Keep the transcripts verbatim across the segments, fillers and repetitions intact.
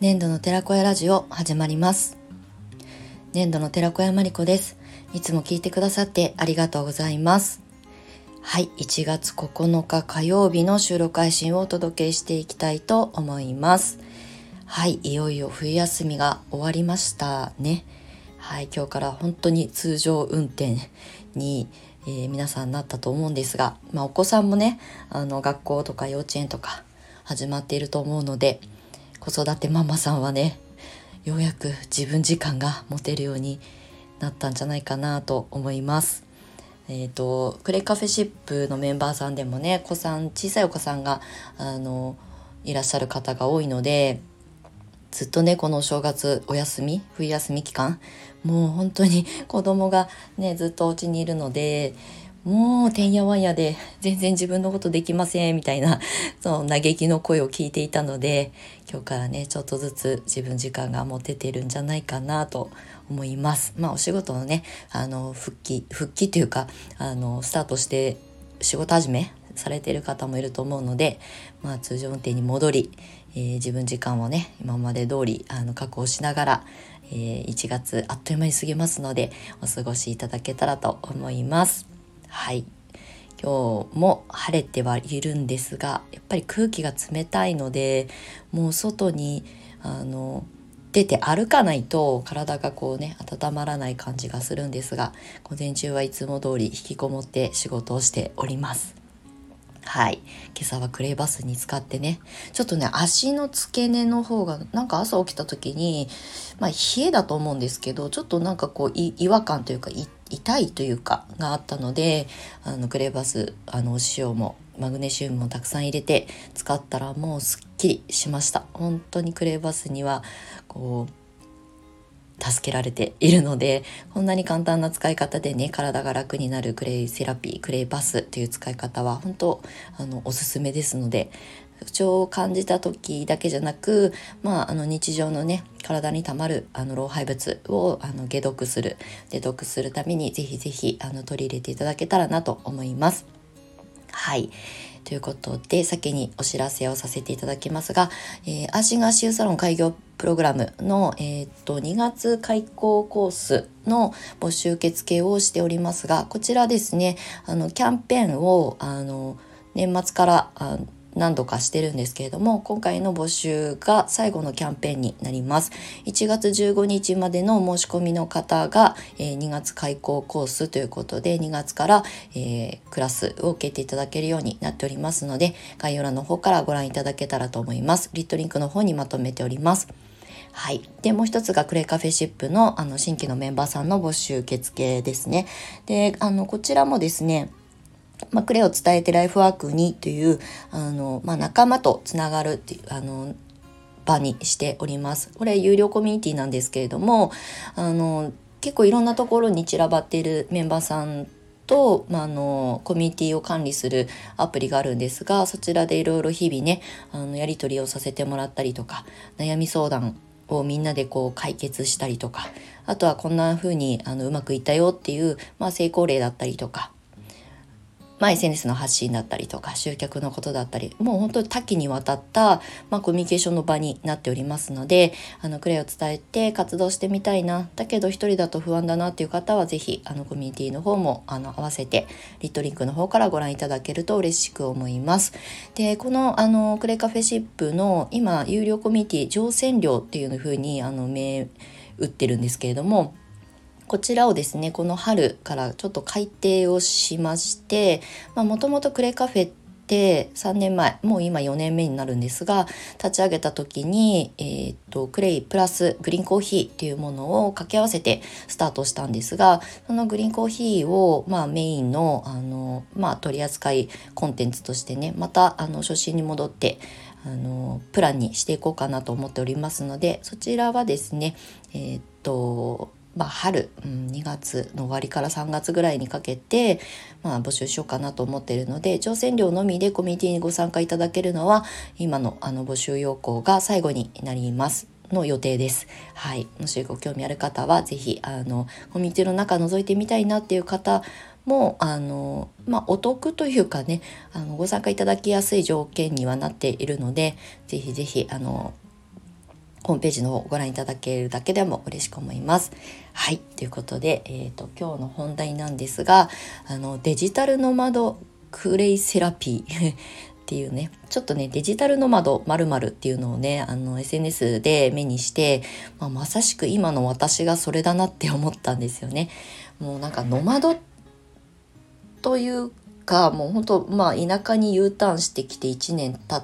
年度の寺子屋ラジオ始まります。年度の寺子屋まりこです。いつも聞いてくださってありがとうございます。はい、いちがつここのか火曜日の収録配信をお届けしていきたいと思います。はい、いよいよ冬休みが終わりましたね。はい、今日から本当に通常運転に、えー、皆さんなったと思うんですが、まあ、お子さんもね、あの学校とか幼稚園とか始まっていると思うので、子育てママさんはね、ようやく自分時間が持てるようになったんじゃないかなと思います。えーと、クレイカフェシップのメンバーさんでもね、子さん小さいお子さんがあのいらっしゃる方が多いので、ずっとねこのお正月お休み冬休み期間、もう本当に子供がねずっとお家にいるので、もうてんやわんやで全然自分のことできませんみたいなその嘆きの声を聞いていたので、今日からねちょっとずつ自分時間が持ててるんじゃないかなと思います。まあお仕事のねあの復帰復帰というかあのスタートして仕事始めされている方もいると思うので、まあ、通常運転に戻り、えー、自分時間をね今まで通りあの確保しながら、えー、いちがつあっという間に過ぎますのでお過ごしいただけたらと思います。はい、今日も晴れてはいるんですが、やっぱり空気が冷たいので、もう外にあの出て歩かないと体がこうね温まらない感じがするんですが、午前中はいつも通り引きこもって仕事をしております。はい、今朝はクレイバスに使ってね、ちょっとね足の付け根の方がなんか朝起きた時に、まあ冷えだと思うんですけど、ちょっとなんかこうい違和感というかい痛いというかがあったので、あのクレイバスあのお塩もマグネシウムもたくさん入れて使ったらもうすっきりしました。本当にクレイバスにはこう助けられているので、こんなに簡単な使い方でね体が楽になるクレイセラピー、クレイバスという使い方は本当あのおすすめですので、不調を感じた時だけじゃなく、まあ、あの日常のね体にたまるあの老廃物をあの解毒するデトックスするためにぜひぜひあの取り入れていただけたらなと思います。はい、ということで先にお知らせをさせていただきますが、えー、アーシング足湯サロン開業プログラムの、えー、っとにがつ開講コースの募集受付をしておりますが、こちらですねあのキャンペーンをあの年末からあ何度かしてるんですけれども、今回の募集が最後のキャンペーンになります。いちがつじゅうごにちまでの申し込みの方が、えー、にがつ開講コースということでにがつから、えー、クラスを受けていただけるようになっておりますので、概要欄の方からご覧いただけたらと思います。リットリンクの方にまとめております。はい、でもう一つがクレイカフェシップの、あの新規のメンバーさんの募集受付ですね。であのこちらもですね、まあ、クレイを伝えてライフワークにというあの、まあ、仲間とつながるっていうあの場にしております。これ有料コミュニティなんですけれども、あの結構いろんなところに散らばっているメンバーさんと、まあ、あのコミュニティを管理するアプリがあるんですが、そちらでいろいろ日々ねあのやり取りをさせてもらったりとか、悩み相談をみんなでこう解決したりとか、あとはこんな風にあのうまくいったよっていう、まあ、成功例だったりとか、まあ、エスエヌエス の発信だったりとか集客のことだったり、もう本当に多岐にわたった、まあ、コミュニケーションの場になっておりますので、あのクレイを伝えて活動してみたいな、だけど一人だと不安だなっていう方はぜひあのコミュニティの方もあの合わせてリットリンクの方からご覧いただけると嬉しく思います。でこのあのクレイカフェシップの今有料コミュニティ乗船料っていう風にあの銘打ってるんですけれども、こちらをですねこの春からちょっと改定をしまして、もともとクレイカフェってさんねんまえ、もう今よねんめになるんですが、立ち上げた時に、えー、とクレイプラスグリーンコーヒーっていうものを掛け合わせてスタートしたんですが、そのグリーンコーヒーを、まあ、メインの、あの、まあ、取り扱いコンテンツとしてね、またあの初心に戻ってあのプランにしていこうかなと思っておりますので、そちらはですねえー、っとまあ、春、うん、にがつの終わりからさんがつぐらいにかけて、まあ、募集しようかなと思っているので、乗船料のみでコミュニティにご参加いただけるのは今のあの募集要項が最後になりますの予定です。はい、もしご興味ある方はぜひあのコミュニティの中覗いてみたいなっていう方もあの、まあ、お得というかねあのご参加いただきやすい条件にはなっているので、ぜひぜひあのホームページの方をご覧いただけるだけでも嬉しく思います。はい、ということで、えーと、今日の本題なんですが、あのデジタルノマドクレイセラピーっていうね、ちょっとねデジタルノマド〇〇っていうのをね、あの エスエヌエス で目にして、まあ、まさしく今の私がそれだなって思ったんですよね。もうなんかノマドというか、もう本当まあ田舎に U ターンしてきていちねん経って、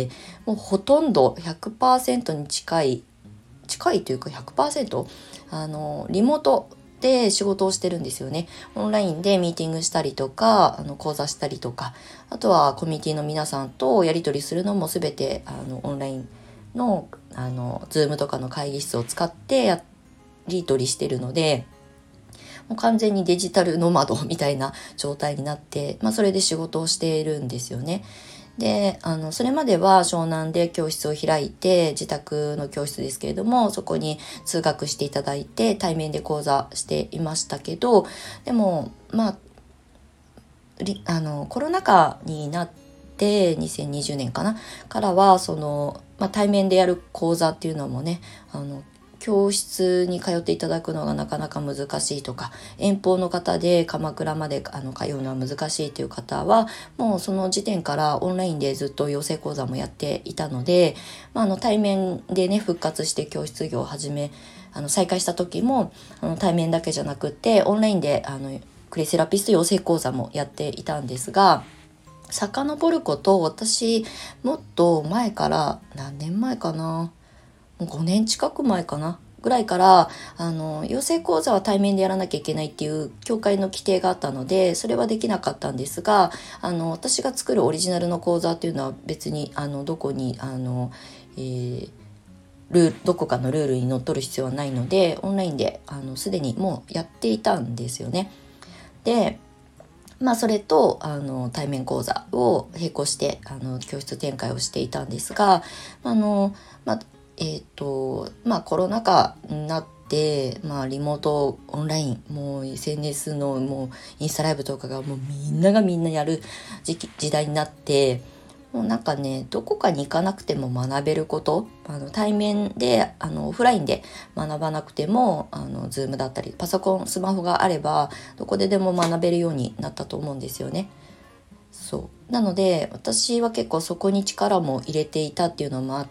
もうほとんど ひゃくパーセント に近い近いというか ひゃくパーセント あのリモートで仕事をしてるんですよね。オンラインでミーティングしたりとか、あの講座したりとか、あとはコミュニティの皆さんとやり取りするのも全てあのオンラインのあの Zoom とかの会議室を使ってやり取りしてるので、もう完全にデジタルノマドみたいな状態になって、まあ、それで仕事をしているんですよね。で、あのそれまでは湘南で教室を開いて、自宅の教室ですけれども、そこに通学していただいて対面で講座していましたけど、でもまああのコロナ禍になってにせんにじゅうねんかなからはその、まあ、対面でやる講座っていうのもね、あの教室に通っていただくのがなかなか難しいとか、遠方の方で鎌倉まであの通うのは難しいという方は、もうその時点からオンラインでずっと養成講座もやっていたので、まあ、あの対面でね復活して教室業を始めあの再開した時も、あの対面だけじゃなくってオンラインであのクレイセラピスト養成講座もやっていたんですが、遡ること私もっと前から、何年前かな、もうごねん近く前かなぐらいから、あの養成講座は対面でやらなきゃいけないっていう協会の規定があったので、それはできなかったんですが、あの私が作るオリジナルの講座っていうのは別にあのどこにあの、えールールどこかのルールにのっとる必要はないので、オンラインであのすでにもうやっていたんですよね。でまあ、それとあの対面講座を並行してあの教室展開をしていたんですが、あの、まあえーとまあ、コロナ禍になって、まあ、リモートオンラインもう エスエヌエス のもうインスタライブとかがもうみんながみんなやる時期時代になって、もうなんかねどこかに行かなくても学べること、あの対面であのオフラインで学ばなくてもあの Zoom だったりパソコンスマホがあればどこででも学べるようになったと思うんですよね。そうなので私は結構そこに力も入れていたっていうのもあって、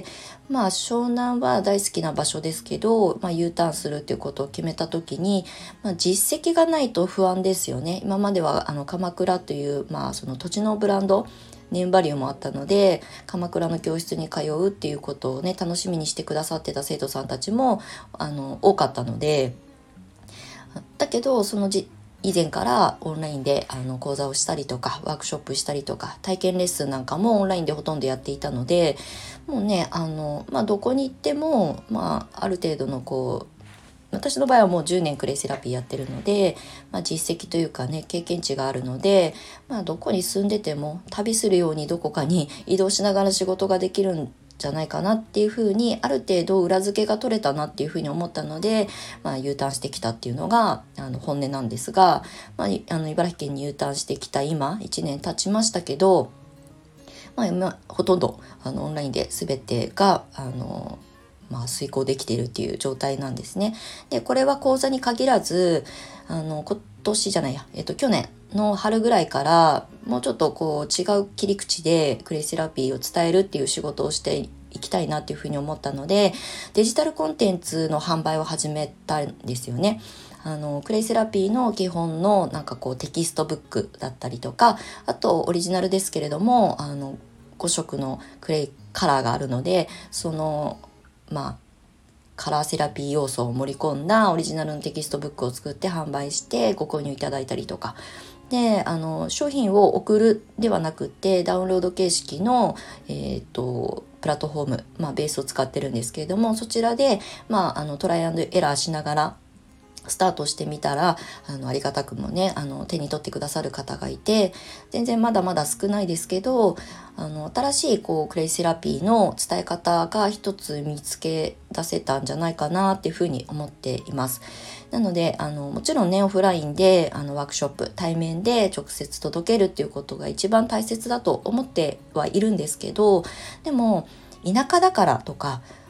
まあ湘南は大好きな場所ですけど、まあ、U ターンするっていうことを決めた時に、まあ、実績がないと不安ですよね。今まではあの鎌倉という、まあ、その土地のブランドネームバリューもあったので、鎌倉の教室に通うっていうことをね楽しみにしてくださってた生徒さんたちもあの多かったので、だけどそのじ以前からオンラインであの講座をしたりとかワークショップしたりとか体験レッスンなんかもオンラインでほとんどやっていたので、もうねあの、まあ、どこに行っても、まあ、ある程度のこう私の場合はもうじゅうねんクレイセラピーやってるので、まあ、実績というかね経験値があるので、まあ、どこに住んでても旅するようにどこかに移動しながら仕事ができるんじゃないかなっていうふうに、ある程度裏付けが取れたなっていうふうに思ったので、まあ、U ターンしてきたっていうのがあの本音なんですが、まあ、あの茨城県に U ターンしてきた今いちねん経ちましたけど、まあ、まあ、ほとんどあのオンラインで全てがあのまあ、遂行できているっていう状態なんですね。でこれは講座に限らずあの今年じゃないや、えっと、去年の春ぐらいからもうちょっとこう違う切り口でクレイセラピーを伝えるっていう仕事をしていきたいなっていうふうに思ったので、デジタルコンテンツの販売を始めたんですよね。あのクレイセラピーの基本のなんかこうテキストブックだったりとか、あとオリジナルですけれどもあのご色のクレイカラーがあるので、そのまあカラーセラピー要素を盛り込んだオリジナルのテキストブックを作って販売してご購入いただいたりとかで、あの商品を送るではなくてダウンロード形式の、えー、とプラットフォーム、まあ、ベースを使ってるんですけれども、そちらで、まあ、あのトライアンドエラーしながらスタートしてみたら、あのありがたくもねあの手に取ってくださる方がいて、全然まだまだ少ないですけど、あの新しいこうクレイセラピーの伝え方が一つ見つけ出せたんじゃないかなっていうふうに思っています。なのであのもちろんねオフラインであのワークショップ対面で直接届けるっていうことが一番大切だと思ってはいるんですけど、でも田舎だからとか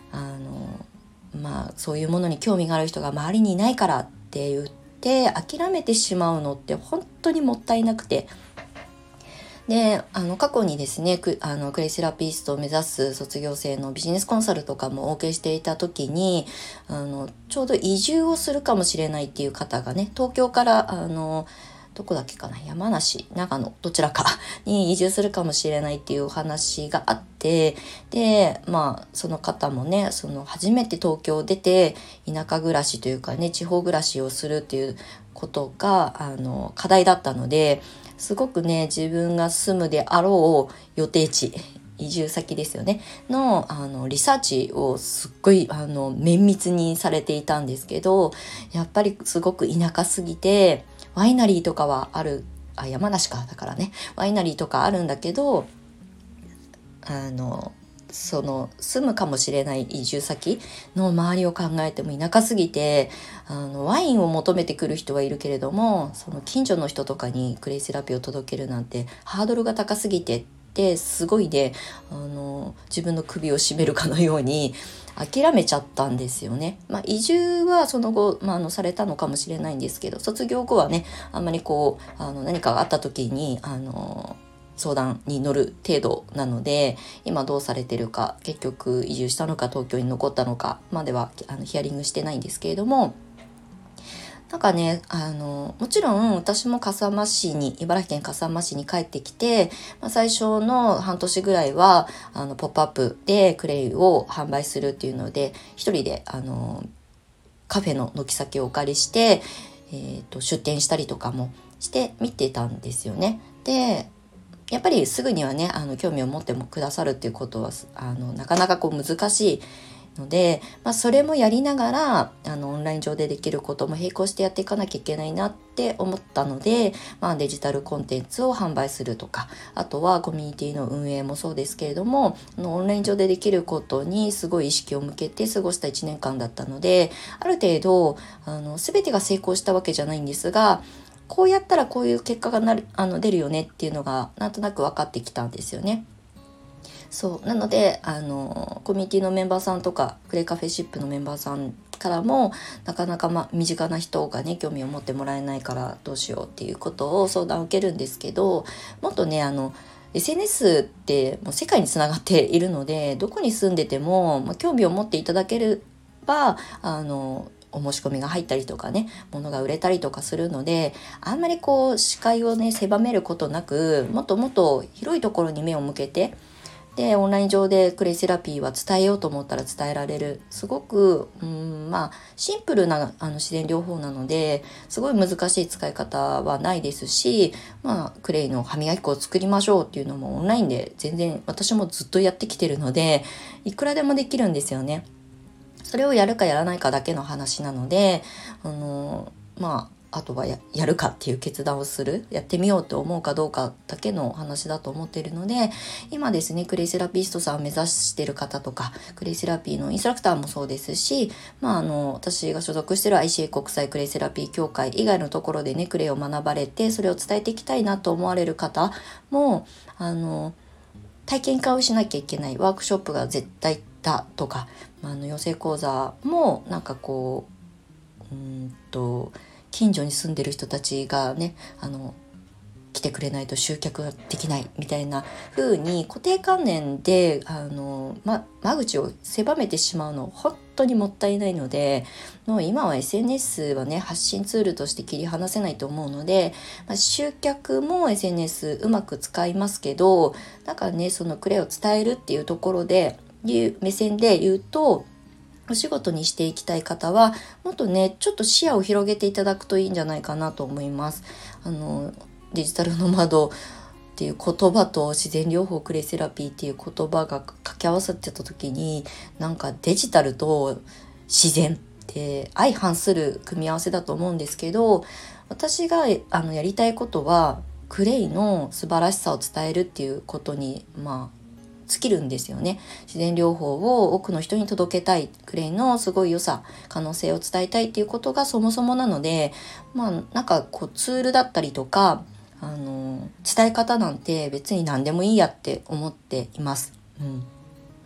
あのまあそういうものに興味がある人が周りにいないからって言って諦めてしまうのって本当にもったいなくて、であの過去にですねクあのクレイセラピストを目指す卒業生のビジネスコンサルとかもお受けしていた時に、あのちょうど移住をするかもしれないっていう方がね、東京からあのどこだっけかな、山梨長野どちらかに移住するかもしれないっていうお話があって、でまあその方もね、その初めて東京を出て田舎暮らしというかね、地方暮らしをするっていうことがあの課題だったので、すごくね自分が住むであろう予定地、移住先ですよねのあのリサーチをすっごいあの綿密にされていたんですけど、やっぱりすごく田舎すぎてワイナリーとかはある、あ山梨かだからね、ワイナリーとかあるんだけど、あのその住むかもしれない移住先の周りを考えても田舎すぎて、あのワインを求めてくる人はいるけれども、その近所の人とかにクレイセラピーを届けるなんてハードルが高すぎてってすごいで、あの自分の首を絞めるかのように諦めちゃったんですよね。まあ、移住はその後、まあ、あのされたのかもしれないんですけど、卒業後はねあんまりこうあの何かがあった時にあの相談に乗る程度なので、今どうされてるか、結局移住したのか東京に残ったのかまではあのヒアリングしてないんですけれども、なんかねあのもちろん私も笠間市に茨城県笠間市に帰ってきて、まあ、最初の半年ぐらいはあのポップアップでクレイを販売するっていうので一人であのカフェの軒先をお借りして、えーと、出店したりとかもして見てたんですよね。でやっぱりすぐにはねあの興味を持ってもくださるっていうことはあのなかなかこう難しいので、まあ、それもやりながらあのオンライン上でできることも並行してやっていかなきゃいけないなって思ったので、まあ、デジタルコンテンツを販売するとか、あとはコミュニティの運営もそうですけれども、あのオンライン上でできることにすごい意識を向けて過ごしたいちねんかんだったので、ある程度あの全てが成功したわけじゃないんですが、こうやったらこういう結果がなるあの出るよねっていうのがなんとなく分かってきたんですよね。そうなのであのコミュニティのメンバーさんとかクレイカフェシップのメンバーさんからもなかなか、ま、身近な人がね興味を持ってもらえないからどうしようっていうことを相談を受けるんですけど、もっとねあの エスエヌエス ってもう世界につながっているので、どこに住んでても、ま、興味を持っていただければあのお申し込みが入ったりとかね、物が売れたりとかするので、あんまりこう視界をね狭めることなく、もっともっと広いところに目を向けて、でオンライン上でクレイセラピーは伝えようと思ったら伝えられる、すごくうんまあシンプルなあの自然療法なので、すごい難しい使い方はないですし、まあクレイの歯磨き粉を作りましょうっていうのもオンラインで全然私もずっとやってきてるので、いくらでもできるんですよね。それをやるかやらないかだけの話なので、あのまああとは や, やるかっていう決断をする、やってみようと思うかどうかだけの話だと思っているので、今ですねクレイセラピストさんを目指している方とか、クレイセラピーのインストラクターもそうですし、まあ、あの私が所属している アイシーエー 国際クレイセラピー協会以外のところでねクレイを学ばれて、それを伝えていきたいなと思われる方も、あの体験会をしなきゃいけない、ワークショップが絶対だとか、あの養成講座もなんかこううんと近所に住んでる人たちがねあの来てくれないと集客ができないみたいな風に固定観念であの、ま、間口を狭めてしまうの本当にもったいないので、もう今は エスエヌエス はね発信ツールとして切り離せないと思うので、まあ、集客も エスエヌエス うまく使いますけど、なんかねそのクレイを伝えるっていうところでいう目線で言うと、お仕事にしていきたい方はもっとねちょっと視野を広げていただくといいんじゃないかなと思います。あのデジタルノマドっていう言葉と自然療法クレイセラピーっていう言葉が掛け合わさってた時に、なんかデジタルと自然って相反する組み合わせだと思うんですけど、私があのやりたいことはクレイの素晴らしさを伝えるっていうことにまあ尽きるんですよね。自然療法を多くの人に届けたい、クレイのすごい良さ、可能性を伝えたいっていうことがそもそもなので、まあなんかこうツールだったりとかあの伝え方なんて別に何でもいいやって思っています。うん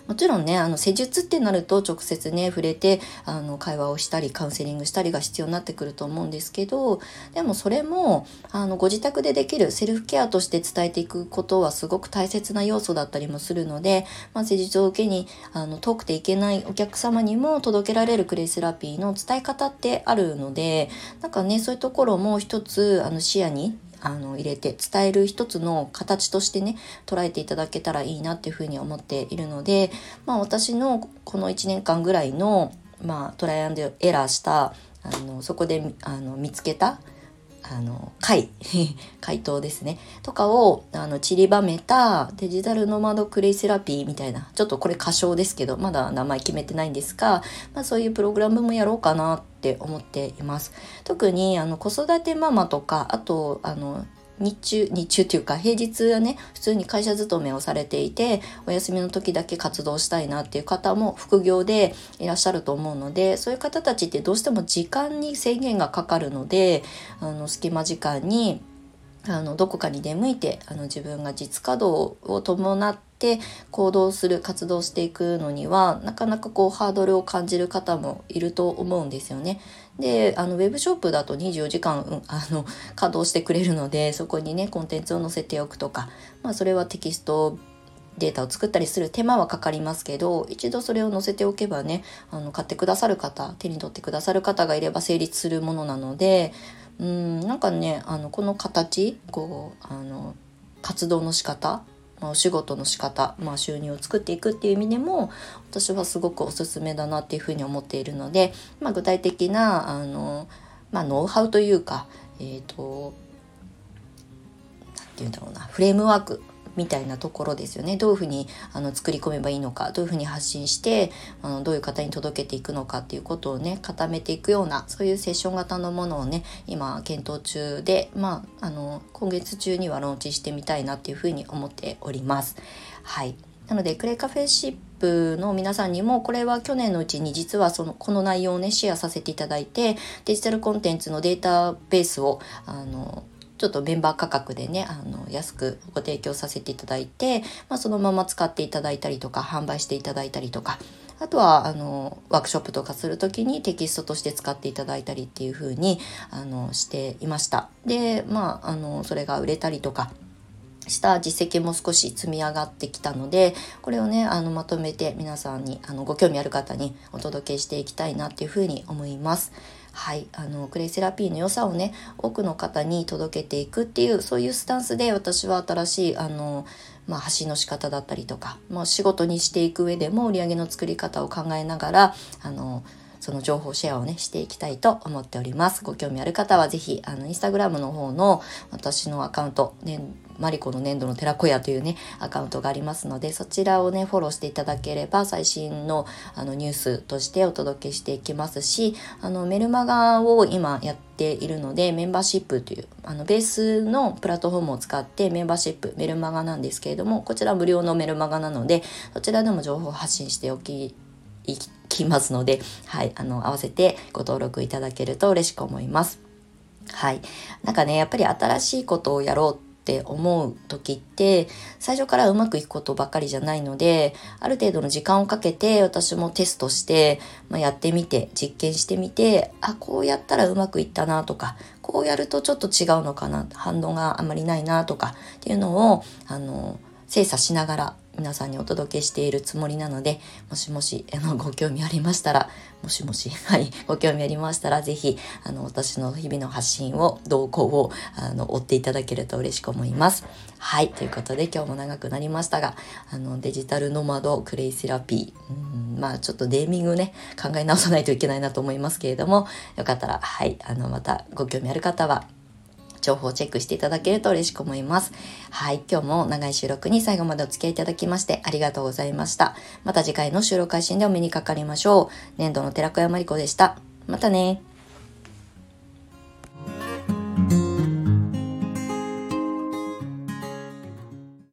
もちろんね、あの施術ってなると直接ね触れてあの会話をしたりカウンセリングしたりが必要になってくると思うんですけど、でもそれもあのご自宅でできるセルフケアとして伝えていくことはすごく大切な要素だったりもするので、まあ、施術を受けにあの遠くていけないお客様にも届けられるクレイセラピーの伝え方ってあるので、なんかねそういうところも一つあの視野にあの入れて伝える一つの形としてね捉えていただけたらいいなっていうふうに思っているので、まあ、私のこのいちねんかんぐらいの、まあ、トライアンドエラーしたあのそこであの見つけたあの回回答ですねとかをあの散りばめたデジタルノマドクレイセラピーみたいな、ちょっとこれ仮称ですけどまだ名前決めてないんですが、まあ、そういうプログラムもやろうかなって思っています。特にあの子育てママとか、あとあの日中日中というか平日はね普通に会社勤めをされていてお休みの時だけ活動したいなっていう方も副業でいらっしゃると思うので、そういう方たちってどうしても時間に制限がかかるので、あの隙間時間にあのどこかに出向いてあの自分が実稼働を伴って行動する活動していくのにはなかなかこうハードルを感じる方もいると思うんですよね。であのウェブショップだとにじゅうよじかん、うん、あの稼働してくれるので、そこにねコンテンツを載せておくとか、まあ、それはテキストデータを作ったりする手間はかかりますけど、一度それを載せておけばねあの買ってくださる方、手に取ってくださる方がいれば成立するものなので、うん、なんかねあのこの形こうあの活動の仕方、まあ、お仕事の仕方、まあ、収入を作っていくっていう意味でも私はすごくおすすめだなっていうふうに思っているので、まあ、具体的なあの、まあ、ノウハウというか、えっとなんていうんだろうな、フレームワークみたいなところですよね。どういうふうにあの作り込めばいいのか、どういうふうに発信してあのどういう方に届けていくのかっていうことをね固めていくような、そういうセッション型のものをね今検討中で、まあ、あの今月中にはローンチしてみたいなっていうふうに思っております。はい、なのでクレイカフェシップの皆さんにもこれは去年のうちに実はそのこの内容をねシェアさせていただいて、デジタルコンテンツのデータベースをあのちょっとメンバー価格でねあの安くご提供させていただいて、まあ、そのまま使っていただいたりとか販売していただいたりとか、あとはあのワークショップとかする時にテキストとして使っていただいたりっていう風にあのしていました。でまああのそれが売れたりとかした実績も少し積み上がってきたので、これをねあのまとめて皆さんにあのご興味ある方にお届けしていきたいなっていうふうに思います。はい、あのクレイセラピーの良さをね多くの方に届けていくっていう、そういうスタンスで私は新しいあの、まあ、発信の仕方だったりとか、まあ、仕事にしていく上でも売り上げの作り方を考えながらあのその情報シェアをねしていきたいと思っております。ご興味ある方はぜひあのインスタグラムの方の私のアカウント、ね、マリコの粘土の寺子屋というねアカウントがありますので、そちらをねフォローしていただければ最新のあのニュースとしてお届けしていきますし、あのメルマガを今やっているので、メンバーシップというあのベースのプラットフォームを使ってメンバーシップメルマガなんですけれども、こちら無料のメルマガなのでそちらでも情報を発信しておきいきますので、はい、あの合わせてご登録いただけると嬉しく思います。はい、なんかねやっぱり新しいことをやろうって思う時って最初からうまくいくことばっかりじゃないので、ある程度の時間をかけて私もテストして、まあ、やってみて実験してみて、あこうやったらうまくいったなとか、こうやるとちょっと違うのかな、反応があんまりないなとかっていうのをあの精査しながら皆さんにお届けしているつもりなので、もしもしあのご興味ありましたらもしもしはいご興味ありましたらぜひあの私の日々の発信を動向をあの追っていただけると嬉しく思います。はい、ということで今日も長くなりましたが、あのデジタルノマドクレイセラピー、うんまあちょっとネーミングね考え直さないといけないなと思いますけれども、よかったらはいあのまたご興味ある方は情報をチェックしていただけると嬉しく思います。はい、今日も長い収録に最後までお付き合いいただきましてありがとうございました。また次回の収録配信でお目にかかりましょう。粘土の寺子屋まりこでした。またね。